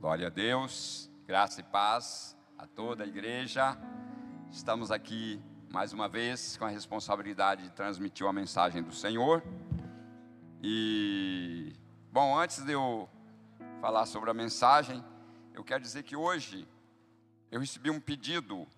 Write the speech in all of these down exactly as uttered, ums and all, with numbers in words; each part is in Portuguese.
Glória a Deus, graça e paz a toda a igreja. Estamos aqui mais uma vez com a responsabilidade de transmitir uma mensagem do Senhor. E, bom, antes de eu falar sobre a mensagem, eu quero dizer que hoje eu recebi um pedido.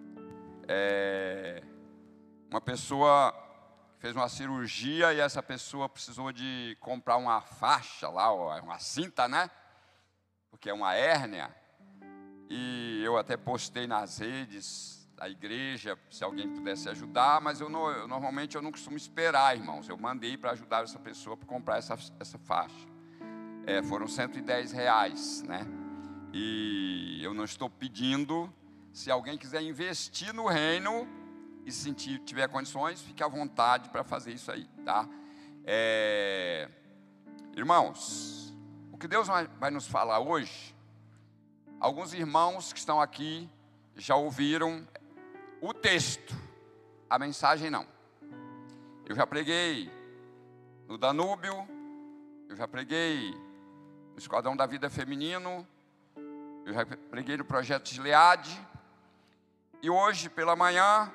É, uma pessoa fez uma cirurgia e essa pessoa precisou de comprar uma faixa lá, uma cinta, né? Porque é uma hérnia. E eu até postei nas redes da igreja, se alguém pudesse ajudar, mas eu, não, eu normalmente eu não costumo esperar, irmãos. Eu mandei para ajudar essa pessoa para comprar essa, essa faixa. É, foram cento e dez reais, né? E eu não estou pedindo. Se alguém quiser investir no reino e sentir, tiver condições, fique à vontade para fazer isso aí, tá? É, irmãos, o que Deus vai, vai nos falar hoje, alguns irmãos que estão aqui já ouviram o texto, a mensagem não. Eu já preguei no Danúbio, eu já preguei no Esquadrão da Vida Feminino, eu já preguei no Projeto Gileade, e hoje pela manhã,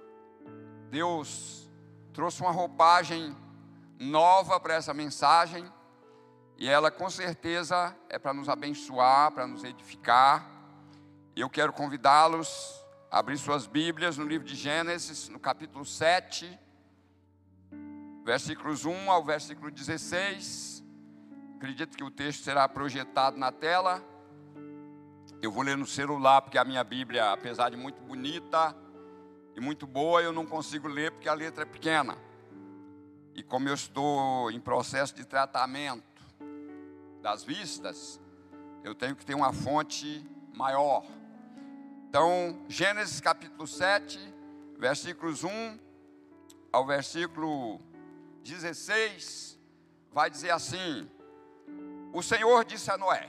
Deus trouxe uma roupagem nova para essa mensagem, e ela com certeza é para nos abençoar, para nos edificar. E eu quero convidá-los a abrir suas Bíblias no livro de Gênesis, no capítulo sete, versículos um ao versículo dezesseis. Acredito que o texto será projetado na tela. Eu vou ler no celular, porque a minha Bíblia, apesar de muito bonita e muito boa, eu não consigo ler porque a letra é pequena. E como eu estou em processo de tratamento das vistas, eu tenho que ter uma fonte maior. Então, Gênesis capítulo sete, versículos um ao versículo dezesseis, vai dizer assim: o Senhor disse a Noé: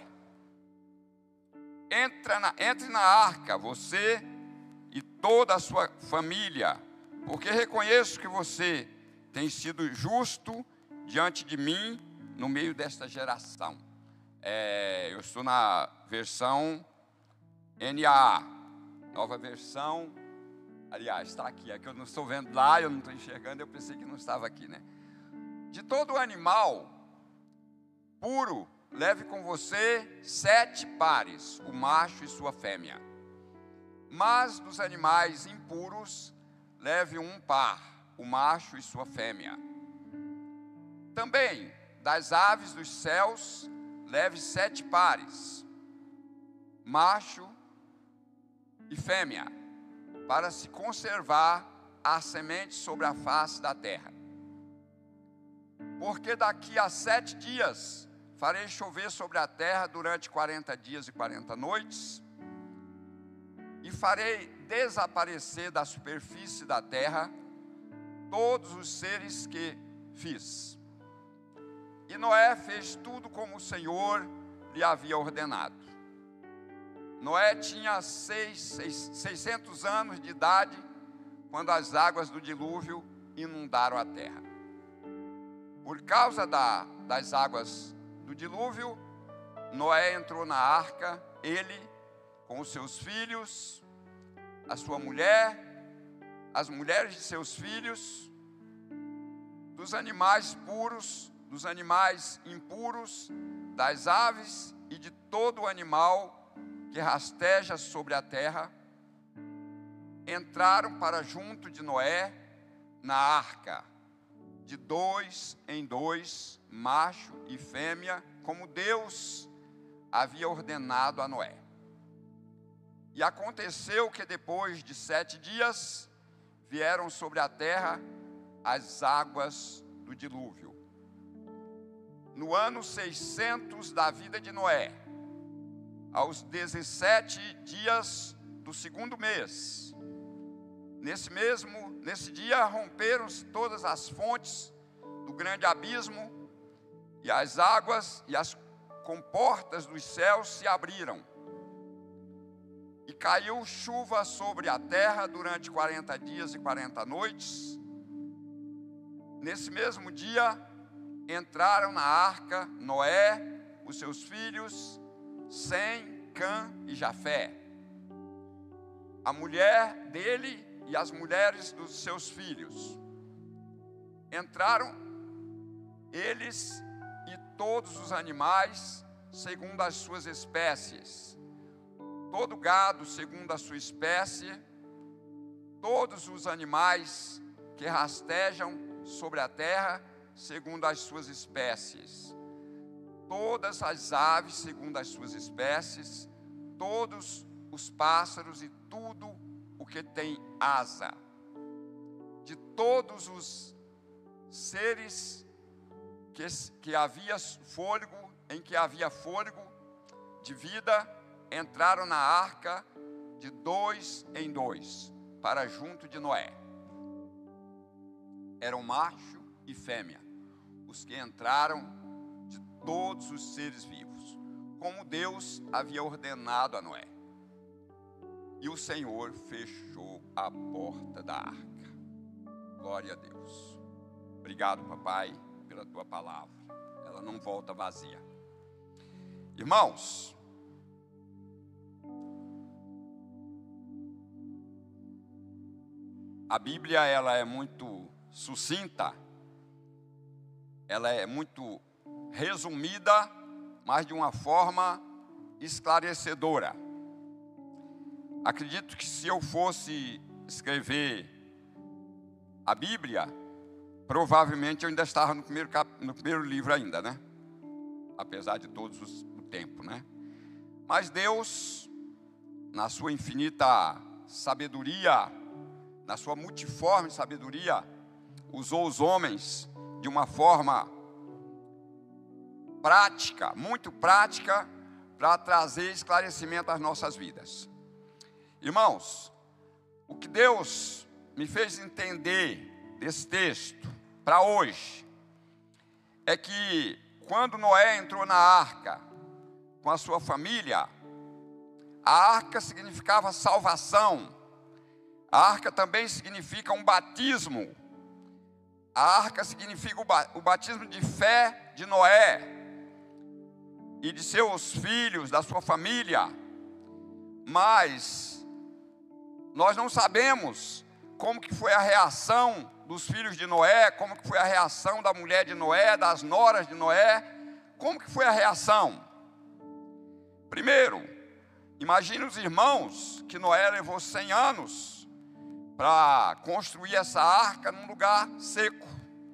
Entra na, entre na arca, você e toda a sua família, porque reconheço que você tem sido justo diante de mim no meio desta geração. É, eu estou na versão N A A, nova versão. Aliás, está aqui, é que eu não estou vendo lá, eu não estou enxergando, eu pensei que não estava aqui, né? De todo animal puro, leve com você sete pares, o macho e sua fêmea. Mas dos animais impuros, leve um par, o macho e sua fêmea. Também das aves dos céus, leve sete pares, macho e fêmea, para se conservar a semente sobre a face da terra. Porque daqui a sete dias farei chover sobre a terra durante quarenta dias e quarenta noites, e farei desaparecer da superfície da terra todos os seres que fiz. E Noé fez tudo como o Senhor lhe havia ordenado. Noé tinha seis, seis, seiscentos anos de idade quando as águas do dilúvio inundaram a terra. Por causa da, das águas do dilúvio, Noé entrou na arca, ele com os seus filhos, a sua mulher, as mulheres de seus filhos, dos animais puros, dos animais impuros, das aves e de todo animal que rasteja sobre a terra, entraram para junto de Noé na arca, de dois em dois, macho e fêmea, como Deus havia ordenado a Noé. E aconteceu que depois de sete dias, vieram sobre a terra as águas do dilúvio. No ano seiscentos da vida de Noé, aos dezessete dias do segundo mês, nesse mesmo, nesse dia romperam-se todas as fontes do grande abismo, e as águas e as comportas dos céus se abriram. E caiu chuva sobre a terra durante quarenta dias e quarenta noites. Nesse mesmo dia, entraram na arca Noé, os seus filhos, Sem, Cã e Jafé. A mulher dele e as mulheres dos seus filhos. Entraram eles e todos os animais segundo as suas espécies, todo gado segundo a sua espécie, todos os animais que rastejam sobre a terra segundo as suas espécies, todas as aves segundo as suas espécies, todos os pássaros e tudo o que tem asa, de todos os seres que, que havia fôlego, em que havia fôlego de vida, entraram na arca de dois em dois, para junto de Noé. Eram macho e fêmea, os que entraram de todos os seres vivos, como Deus havia ordenado a Noé. E o Senhor fechou a porta da arca. Glória a Deus. Obrigado, papai, pela tua palavra. Ela não volta vazia. Irmãos, a Bíblia, ela é muito sucinta, ela é muito resumida, mas de uma forma esclarecedora. Acredito que se eu fosse escrever a Bíblia, provavelmente eu ainda estava no primeiro, cap... no primeiro livro ainda, né? Apesar de todos os... o tempo, né? Mas Deus, na sua infinita sabedoria, na sua multiforme sabedoria, usou os homens de uma forma prática, muito prática, para trazer esclarecimento às nossas vidas. Irmãos, o que Deus me fez entender desse texto para hoje é que quando Noé entrou na arca com a sua família, a arca significava salvação. A arca também significa um batismo. A arca significa o batismo de fé de Noé e de seus filhos, da sua família. Mas nós não sabemos como que foi a reação dos filhos de Noé, como que foi a reação da mulher de Noé, das noras de Noé, como que foi a reação? Primeiro, imagine os irmãos que Noé levou cem anos para construir essa arca num lugar seco.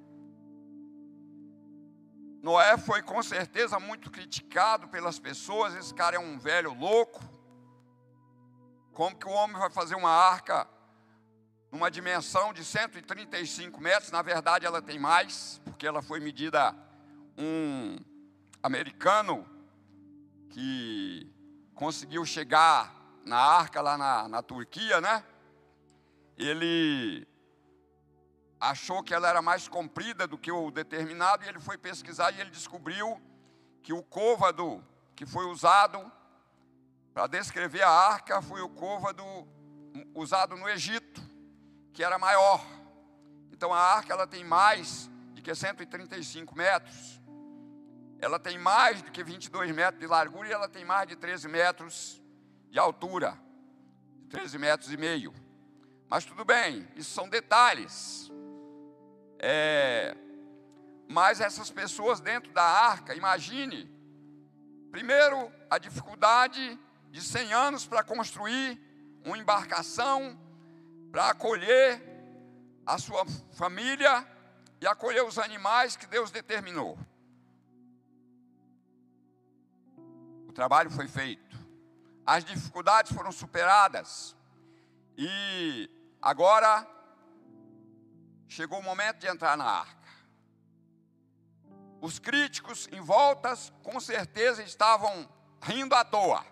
Noé foi com certeza muito criticado pelas pessoas, esse cara é um velho louco. Como que o homem vai fazer uma arca numa dimensão de cento e trinta e cinco metros? Na verdade ela tem mais, porque ela foi medida. Um americano que conseguiu chegar na arca lá na, na Turquia, né? Ele achou que ela era mais comprida do que o determinado, e ele foi pesquisar e ele descobriu que o côvado que foi usado para descrever a arca foi o côvado usado no Egito, que era maior. Então a arca, ela tem mais do que cento e trinta e cinco metros. Ela tem mais do que vinte e dois metros de largura e ela tem mais de treze metros de altura. treze metros e meio. Mas tudo bem, isso são detalhes. É, mas essas pessoas dentro da arca, imagine, primeiro, a dificuldade de cem anos para construir uma embarcação, para acolher a sua família e acolher os animais que Deus determinou. O trabalho foi feito, as dificuldades foram superadas e agora chegou o momento de entrar na arca. Os críticos em volta com certeza estavam rindo à toa.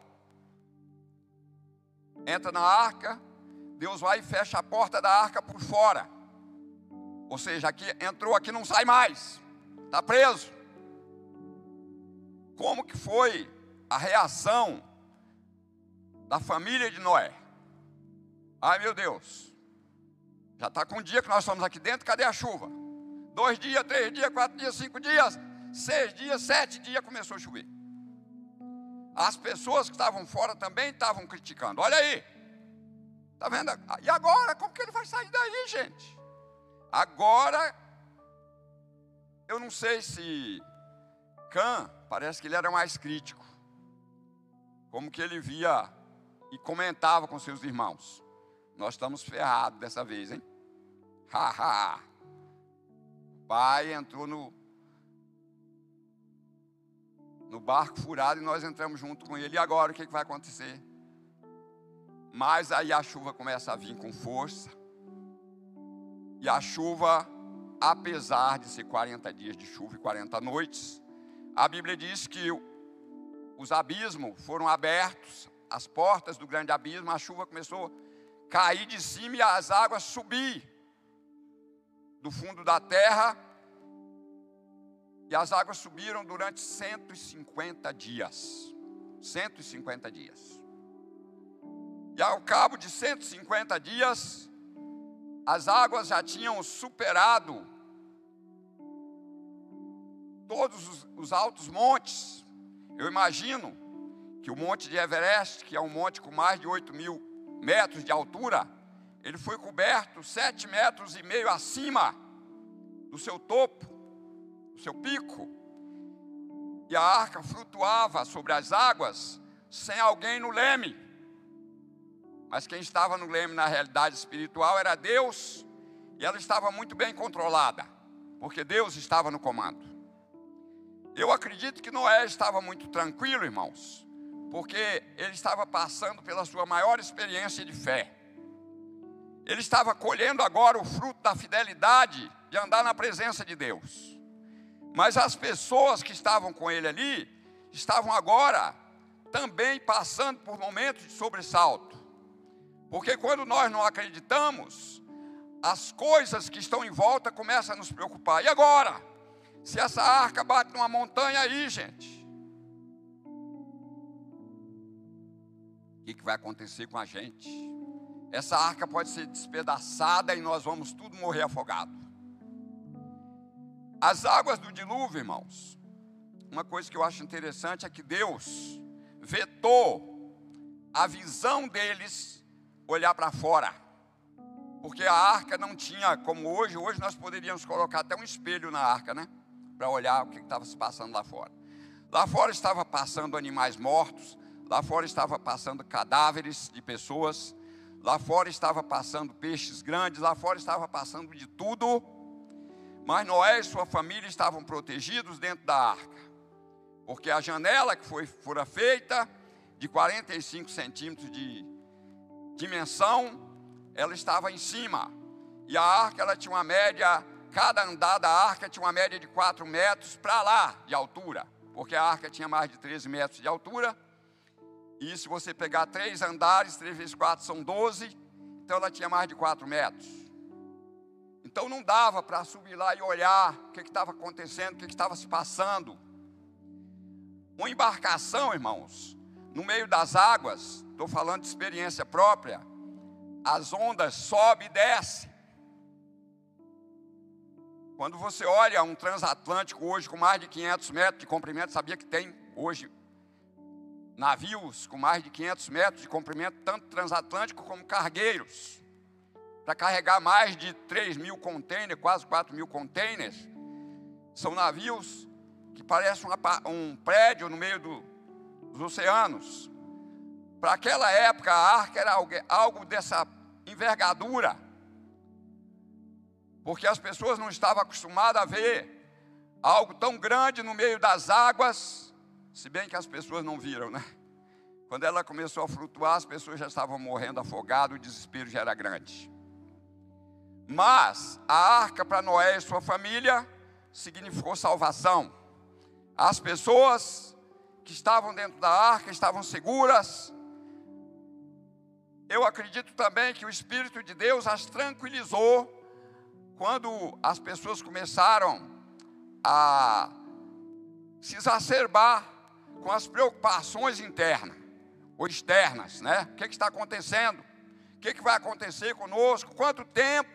Entra na arca, Deus vai e fecha a porta da arca por fora. Ou seja, aqui, entrou aqui, não sai mais, está preso. Como que foi a reação da família de Noé? Ai meu Deus, já está com um dia que nós estamos aqui dentro, cadê a chuva? Dois dias, três dias, quatro dias, cinco dias, seis dias, sete dias começou a chover. as pessoas que estavam fora também estavam criticando. Olha aí, está vendo? E agora, como que ele vai sair daí, gente? Agora, eu não sei se Cã, parece que ele era mais crítico. Como que ele via e comentava com seus irmãos: nós estamos ferrados dessa vez, hein? Haha. O pai entrou no, no barco furado e nós entramos junto com ele. E agora, o que, que vai acontecer? Mas aí a chuva começa a vir com força. E a chuva, apesar de ser quarenta dias de chuva e quarenta noites, a Bíblia diz que os abismos foram abertos, as portas do grande abismo, a chuva começou a cair de cima e as águas subir do fundo da terra. E as águas subiram durante cento e cinquenta dias. cento e cinquenta dias. E ao cabo de cento e cinquenta dias, as águas já tinham superado todos os, os altos montes. Eu imagino que o monte de Everest, que é um monte com mais de oito mil metros de altura, ele foi coberto sete metros e meio acima do seu topo, do seu pico. E a arca flutuava sobre as águas sem alguém no leme. Mas quem estava no leme na realidade espiritual era Deus, e ela estava muito bem controlada, porque Deus estava no comando. Eu acredito que Noé estava muito tranquilo, irmãos, porque ele estava passando pela sua maior experiência de fé. Ele estava colhendo agora o fruto da fidelidade de andar na presença de Deus. Mas as pessoas que estavam com ele ali, estavam agora também passando por momentos de sobressalto. Porque quando nós não acreditamos, as coisas que estão em volta começam a nos preocupar. E agora? Se essa arca bate numa montanha aí, gente, o que, que vai acontecer com a gente? Essa arca pode ser despedaçada e nós vamos tudo morrer afogado. As águas do dilúvio, irmãos, uma coisa que eu acho interessante é que Deus vetou a visão deles olhar para fora, porque a arca não tinha como hoje. Hoje nós poderíamos colocar até um espelho na arca, né? Para olhar o que estava se passando lá fora. Lá fora estava passando animais mortos, lá fora estava passando cadáveres de pessoas, lá fora estava passando peixes grandes, lá fora estava passando de tudo. Mas Noé e sua família estavam protegidos dentro da arca, porque a janela que foi, fora feita, de quarenta e cinco centímetros de dimensão, ela estava em cima. E a arca, ela tinha uma média, cada andar da arca tinha uma média de quatro metros para lá de altura, porque a arca tinha mais de treze metros de altura. E se você pegar três andares, três vezes quatro são doze, então ela tinha mais de quatro metros. Então não dava para subir lá e olhar o que estava acontecendo, o que estava se passando. Uma embarcação, irmãos, no meio das águas, estou falando de experiência própria, as ondas sobem e descem. Quando você olha um transatlântico hoje com mais de quinhentos metros de comprimento, sabia que tem hoje navios com mais de quinhentos metros de comprimento, tanto transatlântico como cargueiros, para carregar mais de três mil containers, quase quatro mil containers. São navios que parecem uma, um prédio no meio do, dos oceanos. Para aquela época, a arca era algo, algo dessa envergadura, porque as pessoas não estavam acostumadas a ver algo tão grande no meio das águas, se bem que as pessoas não viram, né? Quando ela começou a flutuar, as pessoas já estavam morrendo afogadas, o desespero já era grande. Mas a arca para Noé e sua família significou salvação. As pessoas que estavam dentro da arca estavam seguras. Eu acredito também que o Espírito de Deus as tranquilizou quando as pessoas começaram a se exacerbar com as preocupações internas ou externas, né? O que, que está acontecendo? O que, que vai acontecer conosco? Quanto tempo?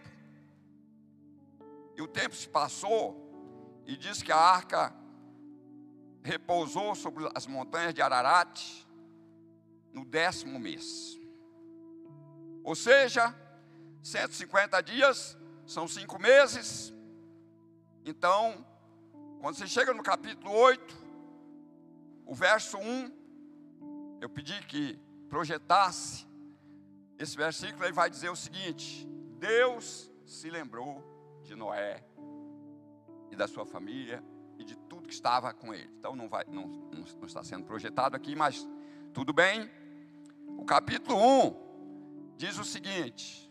E o tempo se passou e diz que a arca repousou sobre as montanhas de Ararat no décimo mês. Ou seja, cento e cinquenta dias são cinco meses. Então, quando você chega no capítulo oito, o verso um, eu pedi que projetasse esse versículo. Ele vai dizer o seguinte: Deus se lembrou de Noé e da sua família e de tudo que estava com ele. Então não, vai, não, não, não está sendo projetado aqui, mas tudo bem. O capítulo um diz o seguinte: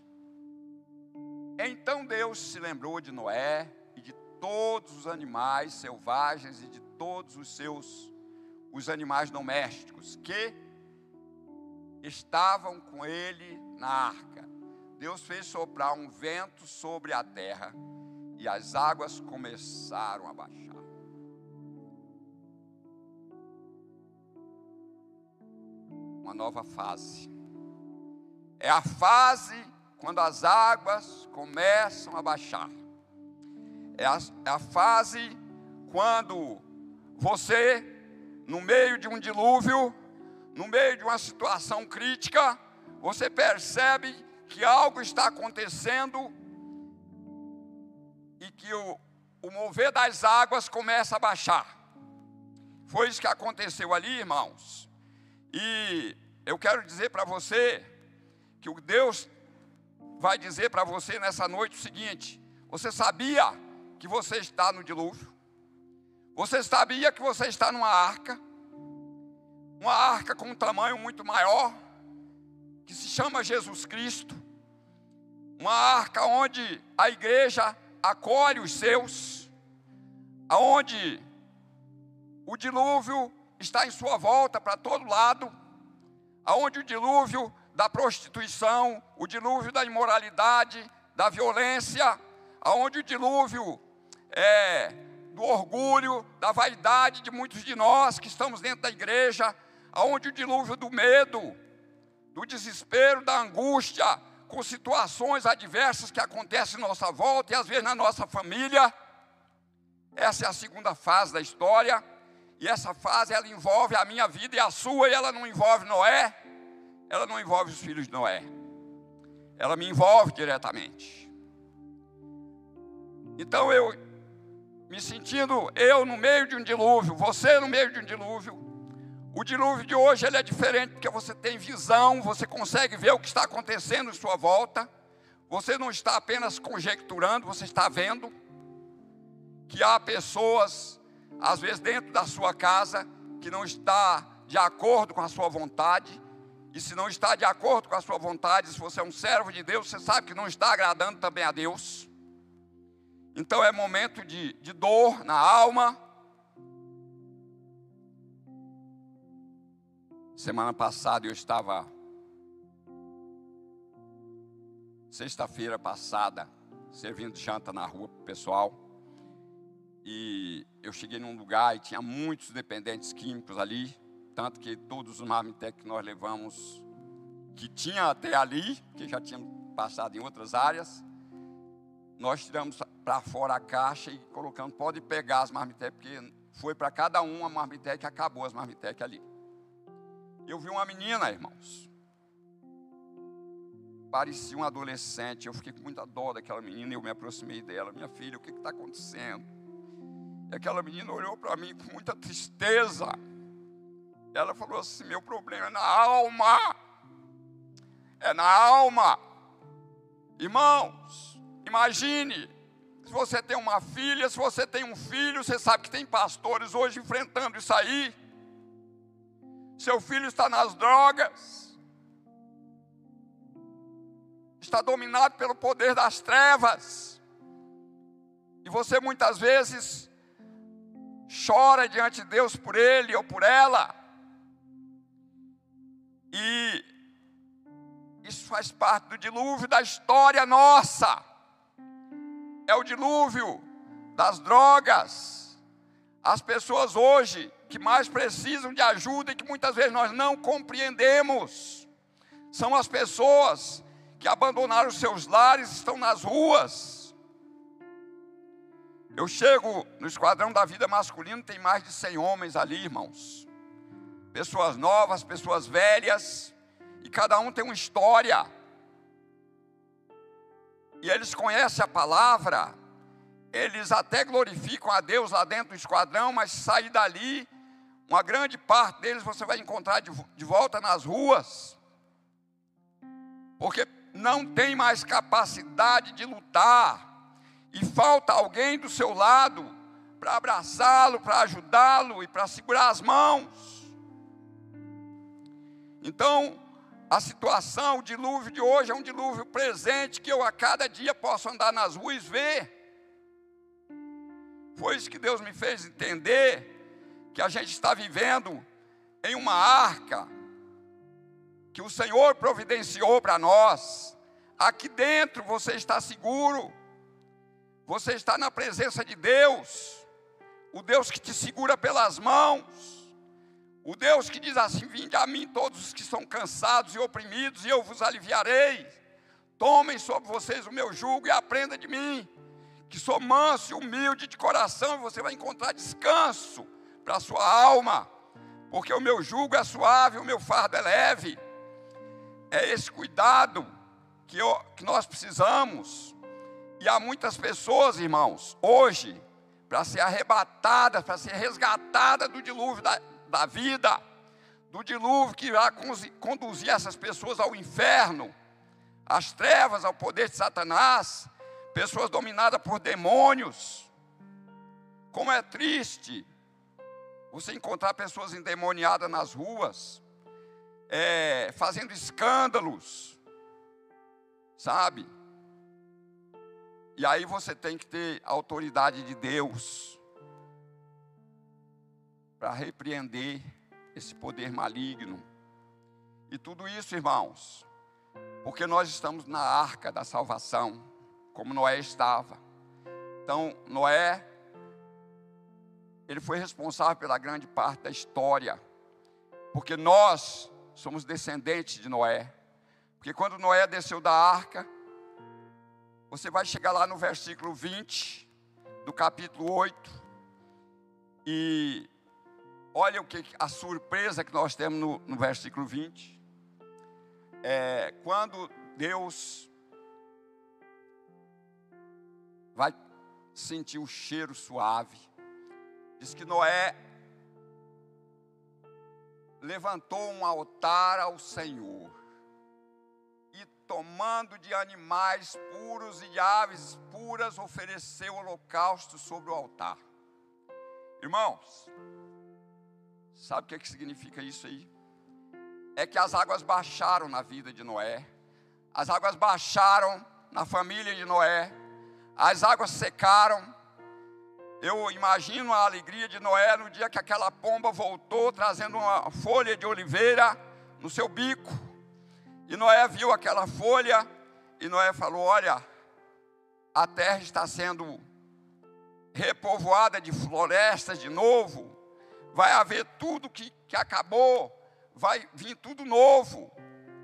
então Deus se lembrou de Noé e de todos os animais selvagens e de todos os seus os animais domésticos que estavam com ele na arca. Deus fez soprar um vento sobre a terra e as águas começaram a baixar. Uma nova fase. É a fase quando as águas começam a baixar. É a, é a fase quando você, no meio de um dilúvio, no meio de uma situação crítica, você percebe que algo está acontecendo e que o, o mover das águas começa a baixar. Foi isso que aconteceu ali, irmãos. E eu quero dizer para você que o Deus vai dizer para você nessa noite o seguinte: você sabia que você está no dilúvio? Você sabia que você está numa arca? Uma arca com um tamanho muito maior, que se chama Jesus Cristo. Uma arca onde a igreja acolhe os seus, aonde o dilúvio está em sua volta para todo lado, aonde o dilúvio da prostituição, o dilúvio da imoralidade, da violência, aonde o dilúvio é, do orgulho, da vaidade de muitos de nós que estamos dentro da igreja, aonde o dilúvio do medo, do desespero, da angústia, com situações adversas que acontecem em nossa volta e às vezes na nossa família. Essa é a segunda fase da história. E essa fase, ela envolve a minha vida e a sua, e ela não envolve Noé, ela não envolve os filhos de Noé. Ela me envolve diretamente. Então eu, me sentindo eu no meio de um dilúvio, você no meio de um dilúvio. O dilúvio de hoje ele é diferente porque você tem visão, você consegue ver o que está acontecendo em sua volta. Você não está apenas conjecturando, você está vendo que há pessoas, às vezes dentro da sua casa, que não está de acordo com a sua vontade. E se não está de acordo com a sua vontade, se você é um servo de Deus, você sabe que não está agradando também a Deus. Então é momento de, de dor na alma. Semana passada eu estava, sexta-feira passada, servindo janta na rua para o pessoal. E eu cheguei num lugar e tinha muitos dependentes químicos ali. Tanto que todos os marmitex que nós levamos, que tinha até ali, que já tínhamos passado em outras áreas, nós tiramos para fora a caixa e colocamos, pode pegar as marmitex, porque foi para cada um a marmitex e acabou as marmitex ali. Eu vi uma menina, irmãos, parecia um adolescente. Eu fiquei com muita dó daquela menina e eu me aproximei dela. Minha filha, o que está acontecendo? E aquela menina olhou para mim com muita tristeza. Ela falou assim: meu problema é na alma. É na alma. Irmãos, imagine, se você tem uma filha, se você tem um filho, você sabe que tem pastores hoje enfrentando isso aí. Seu filho está nas drogas, está dominado pelo poder das trevas, e você muitas vezes chora diante de Deus por ele ou por ela, e isso faz parte do dilúvio da história nossa. É o dilúvio das drogas. As pessoas hoje que mais precisam de ajuda e que muitas vezes nós não compreendemos, são as pessoas que abandonaram seus lares e estão nas ruas. Eu chego no esquadrão da vida masculino, tem mais de cem homens ali, irmãos. Pessoas novas, pessoas velhas, e cada um tem uma história. E eles conhecem a palavra, eles até glorificam a Deus lá dentro do esquadrão, mas sair dali, uma grande parte deles você vai encontrar de, de volta nas ruas, porque não tem mais capacidade de lutar, e falta alguém do seu lado para abraçá-lo, para ajudá-lo e para segurar as mãos. Então, a situação, o dilúvio de hoje é um dilúvio presente que eu a cada dia posso andar nas ruas e ver. Foi isso que Deus me fez entender, que a gente está vivendo em uma arca que o Senhor providenciou para nós. Aqui dentro você está seguro, você está na presença de Deus, o Deus que te segura pelas mãos, o Deus que diz assim: vinde a mim todos os que são cansados e oprimidos, e eu vos aliviarei. Tomem sobre vocês o meu jugo e aprenda de mim, que sou manso e humilde de coração, e você vai encontrar descanso para a sua alma, porque o meu jugo é suave, o meu fardo é leve. É esse cuidado que, eu, que nós precisamos. E há muitas pessoas, irmãos, hoje, para ser arrebatadas, para ser resgatadas do dilúvio da, da vida, do dilúvio que irá conduzir essas pessoas ao inferno, às trevas, ao poder de Satanás, pessoas dominadas por demônios. Como é triste você encontrar pessoas endemoniadas nas ruas, é, fazendo escândalos, sabe? E aí você tem que ter a autoridade de Deus para repreender esse poder maligno. E tudo isso, irmãos, porque nós estamos na arca da salvação, como Noé estava. Então, Noé, ele foi responsável pela grande parte da história, porque nós somos descendentes de Noé. Porque quando Noé desceu da arca, você vai chegar lá no versículo vinte do capítulo oito, e olha o que a surpresa que nós temos no, no versículo vinte. É, quando Deus vai sentir o cheiro suave, diz que Noé levantou um altar ao Senhor, e tomando de animais puros e de aves puras, ofereceu holocausto sobre o altar. Irmãos, sabe o que, é que significa isso aí? É que as águas baixaram na vida de Noé, as águas baixaram na família de Noé, as águas secaram. Eu imagino a alegria de Noé no dia que aquela pomba voltou, trazendo uma folha de oliveira no seu bico. E Noé viu aquela folha, e Noé falou: olha, a terra está sendo repovoada de florestas de novo, vai haver tudo que, que acabou, vai vir tudo novo.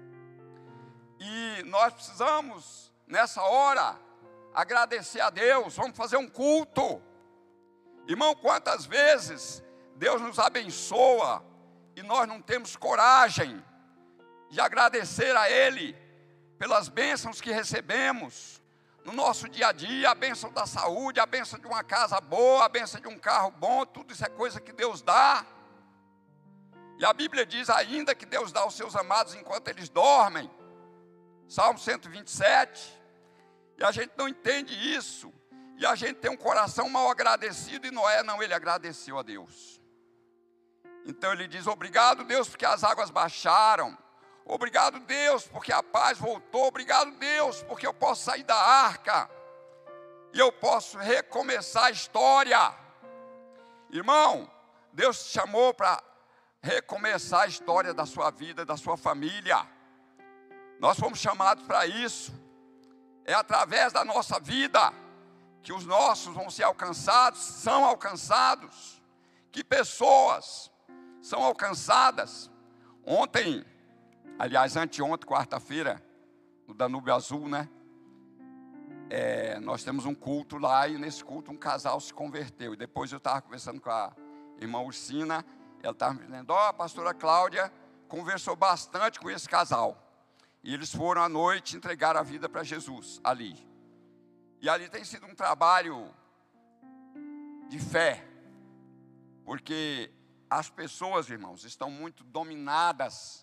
E nós precisamos, nessa hora, agradecer a Deus. Vamos fazer um culto. Irmão, quantas vezes Deus nos abençoa e nós não temos coragem de agradecer a Ele pelas bênçãos que recebemos no nosso dia a dia, a bênção da saúde, a bênção de uma casa boa, a bênção de um carro bom, tudo isso é coisa que Deus dá. E a Bíblia diz ainda que Deus dá aos seus amados enquanto eles dormem. Salmo cento e vinte e sete. E a gente não entende isso. E a gente tem um coração mal agradecido, e Noé não, ele agradeceu a Deus. Então ele diz: obrigado, Deus, porque as águas baixaram. Obrigado, Deus, porque a paz voltou. Obrigado, Deus, porque eu posso sair da arca e eu posso recomeçar a história. Irmão, Deus te chamou para recomeçar a história da sua vida, da sua família. Nós fomos chamados para isso. É através da nossa vida que os nossos vão ser alcançados, são alcançados, que pessoas são alcançadas. Ontem, aliás, anteontem, quarta-feira, no Danúbio Azul, né? é, nós temos um culto lá, e nesse culto um casal se converteu. E depois eu estava conversando com a irmã Ursina, ela estava me dizendo, ó, oh, a pastora Cláudia conversou bastante com esse casal. E eles foram à noite entregar a vida para Jesus ali. E ali tem sido um trabalho de fé, porque as pessoas, irmãos, estão muito dominadas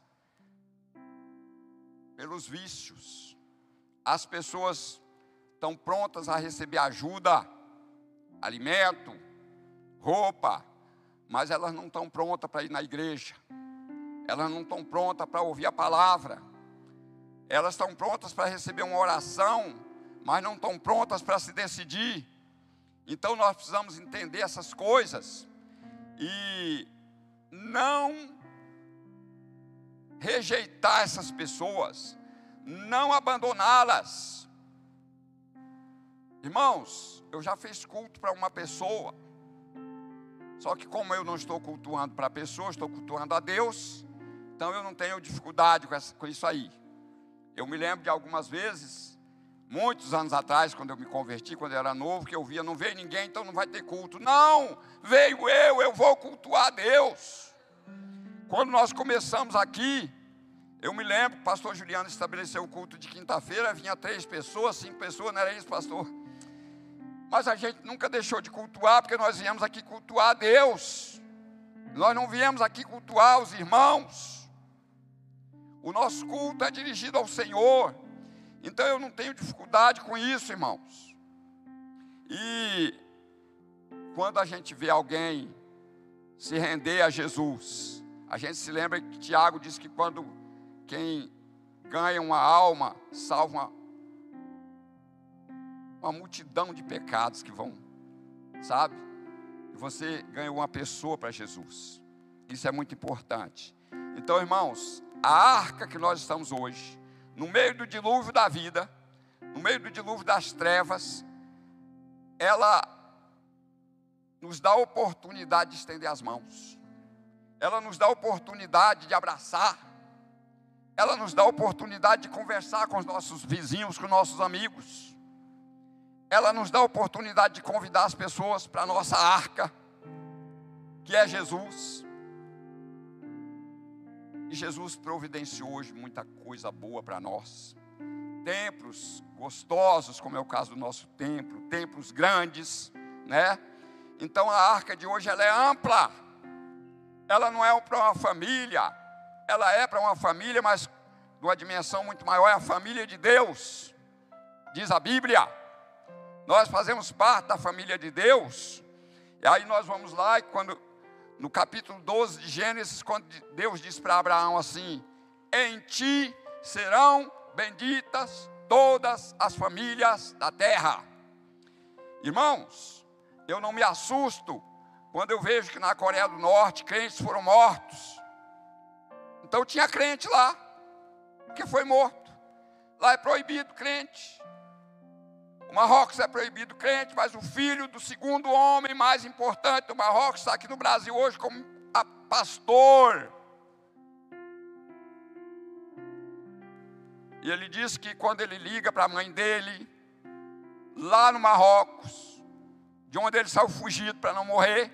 pelos vícios. As pessoas estão prontas a receber ajuda, alimento, roupa, mas elas não estão prontas para ir na igreja. Elas não estão prontas para ouvir a palavra. Elas estão prontas para receber uma oração, mas não estão prontas para se decidir. Então nós precisamos entender essas coisas e não rejeitar essas pessoas, não abandoná-las. Irmãos, eu já fiz culto para uma pessoa, só que como eu não estou cultuando para a pessoa, estou cultuando a Deus, então eu não tenho dificuldade com, essa, com isso aí. Eu me lembro de algumas vezes, muitos anos atrás, quando eu me converti, quando eu era novo, que eu via, não veio ninguém, então não vai ter culto. Não, veio eu, eu vou cultuar a Deus. Quando nós começamos aqui, eu me lembro que o pastor Juliano estabeleceu o culto de quinta-feira, vinha três pessoas, cinco pessoas, não era isso, pastor? Mas a gente nunca deixou de cultuar, porque nós viemos aqui cultuar a Deus. Nós não viemos aqui cultuar os irmãos. O nosso culto é dirigido ao Senhor. Então eu não tenho dificuldade com isso, irmãos. E quando a gente vê alguém se render a Jesus, a gente se lembra que Tiago diz que quando quem ganha uma alma, salva uma, uma multidão de pecados que vão, sabe? E você ganha uma pessoa para Jesus. Isso é muito importante. Então, irmãos, a arca que nós estamos hoje, no meio do dilúvio da vida, no meio do dilúvio das trevas, ela nos dá a oportunidade de estender as mãos. Ela nos dá a oportunidade de abraçar. Ela nos dá a oportunidade de conversar com os nossos vizinhos, com os nossos amigos. Ela nos dá a oportunidade de convidar as pessoas para a nossa arca, que é Jesus. E Jesus providenciou hoje muita coisa boa para nós. Templos gostosos, como é o caso do nosso templo, templos grandes, né? Então a arca de hoje ela é ampla. Ela não é para uma família, ela é para uma família, mas de uma dimensão muito maior, é a família de Deus. Diz a Bíblia. Nós fazemos parte da família de Deus. E aí nós vamos lá e quando no capítulo doze de Gênesis, quando Deus diz para Abraão assim: em ti serão benditas todas as famílias da terra. Irmãos, eu não me assusto quando eu vejo que na Coreia do Norte crentes foram mortos. Então tinha crente lá que foi morto. Lá é proibido crente. O Marrocos é proibido crente, mas o filho do segundo homem mais importante do Marrocos está aqui no Brasil hoje como pastor. E ele disse que quando ele liga para a mãe dele, lá no Marrocos, de onde ele saiu fugido para não morrer,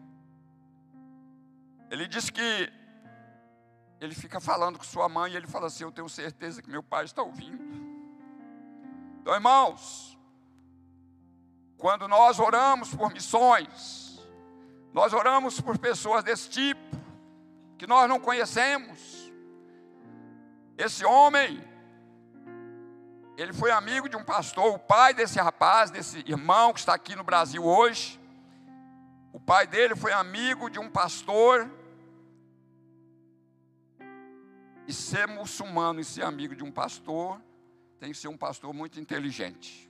ele disse que ele fica falando com sua mãe e ele fala assim: eu tenho certeza que meu pai está ouvindo. Então, irmãos, quando nós oramos por missões, nós oramos por pessoas desse tipo, que nós não conhecemos. Esse homem, ele foi amigo de um pastor, o pai desse rapaz, desse irmão que está aqui no Brasil hoje. O pai dele foi amigo de um pastor. E ser muçulmano e ser amigo de um pastor, tem que ser um pastor muito inteligente.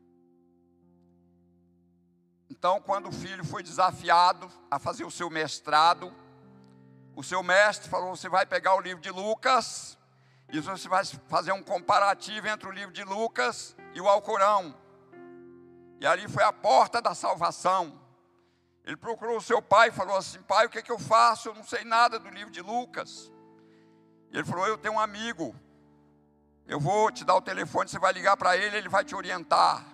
Então, quando o filho foi desafiado a fazer o seu mestrado, o seu mestre falou: você vai pegar o livro de Lucas, e você vai fazer um comparativo entre o livro de Lucas e o Alcorão. E ali foi a porta da salvação. Ele procurou o seu pai e falou assim: pai, o que é que eu faço? Eu não sei nada do livro de Lucas. Ele falou: eu tenho um amigo Eu vou te dar o telefone, você vai ligar para ele, ele vai te orientar.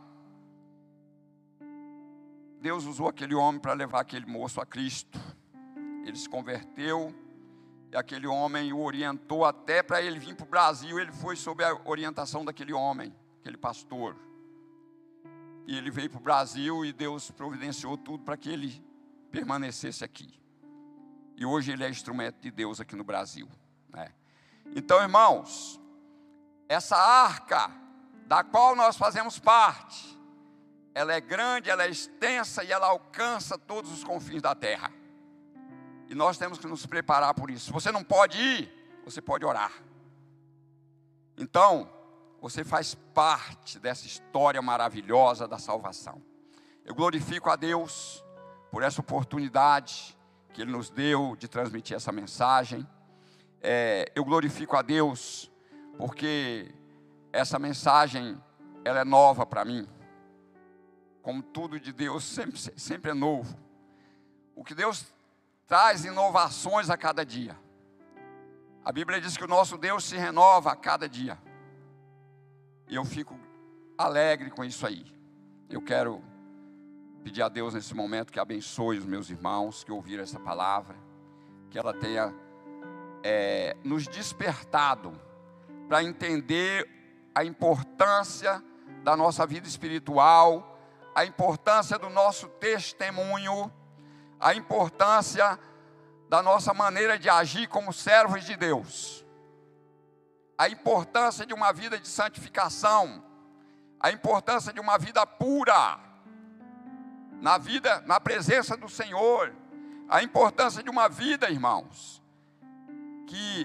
Deus usou aquele homem para levar aquele moço a Cristo. Ele se converteu e aquele homem o orientou até para ele vir para o Brasil. Ele foi sob a orientação daquele homem, aquele pastor. E ele veio para o Brasil e Deus providenciou tudo para que ele permanecesse aqui. E hoje ele é instrumento de Deus aqui no Brasil, né? Então, irmãos, essa arca da qual nós fazemos parte, ela é grande, ela é extensa e ela alcança todos os confins da terra. E nós temos que nos preparar por isso. Você não pode ir, você pode orar. Então, você faz parte dessa história maravilhosa da salvação. Eu glorifico a Deus por essa oportunidade que Ele nos deu de transmitir essa mensagem. É, eu glorifico a Deus porque essa mensagem, ela é nova para mim. Como tudo de Deus sempre, sempre é novo. O que Deus traz inovações a cada dia. A Bíblia diz que o nosso Deus se renova a cada dia. E eu fico alegre com isso aí. Eu quero pedir a Deus nesse momento que abençoe os meus irmãos que ouviram essa palavra. Que ela tenha é, nos despertado para entender a importância da nossa vida espiritual, a importância do nosso testemunho, a importância da nossa maneira de agir como servos de Deus, a importância de uma vida de santificação, a importância de uma vida pura, na vida, na presença do Senhor, a importância de uma vida, irmãos, que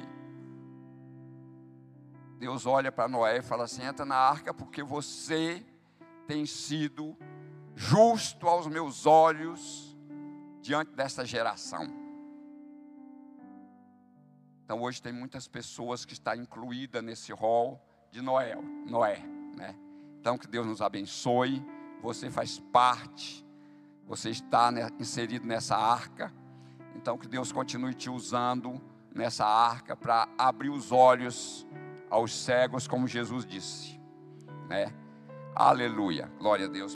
Deus olha para Noé e fala assim: entra na arca porque você tem sido justo aos meus olhos diante dessa geração. Então hoje tem muitas pessoas que estão incluídas nesse rol de Noé, Noé, né? Então que Deus nos abençoe. Você faz parte, você está inserido nessa arca. Então que Deus continue te usando nessa arca para abrir os olhos aos cegos, como Jesus disse, né? Aleluia, glória a Deus.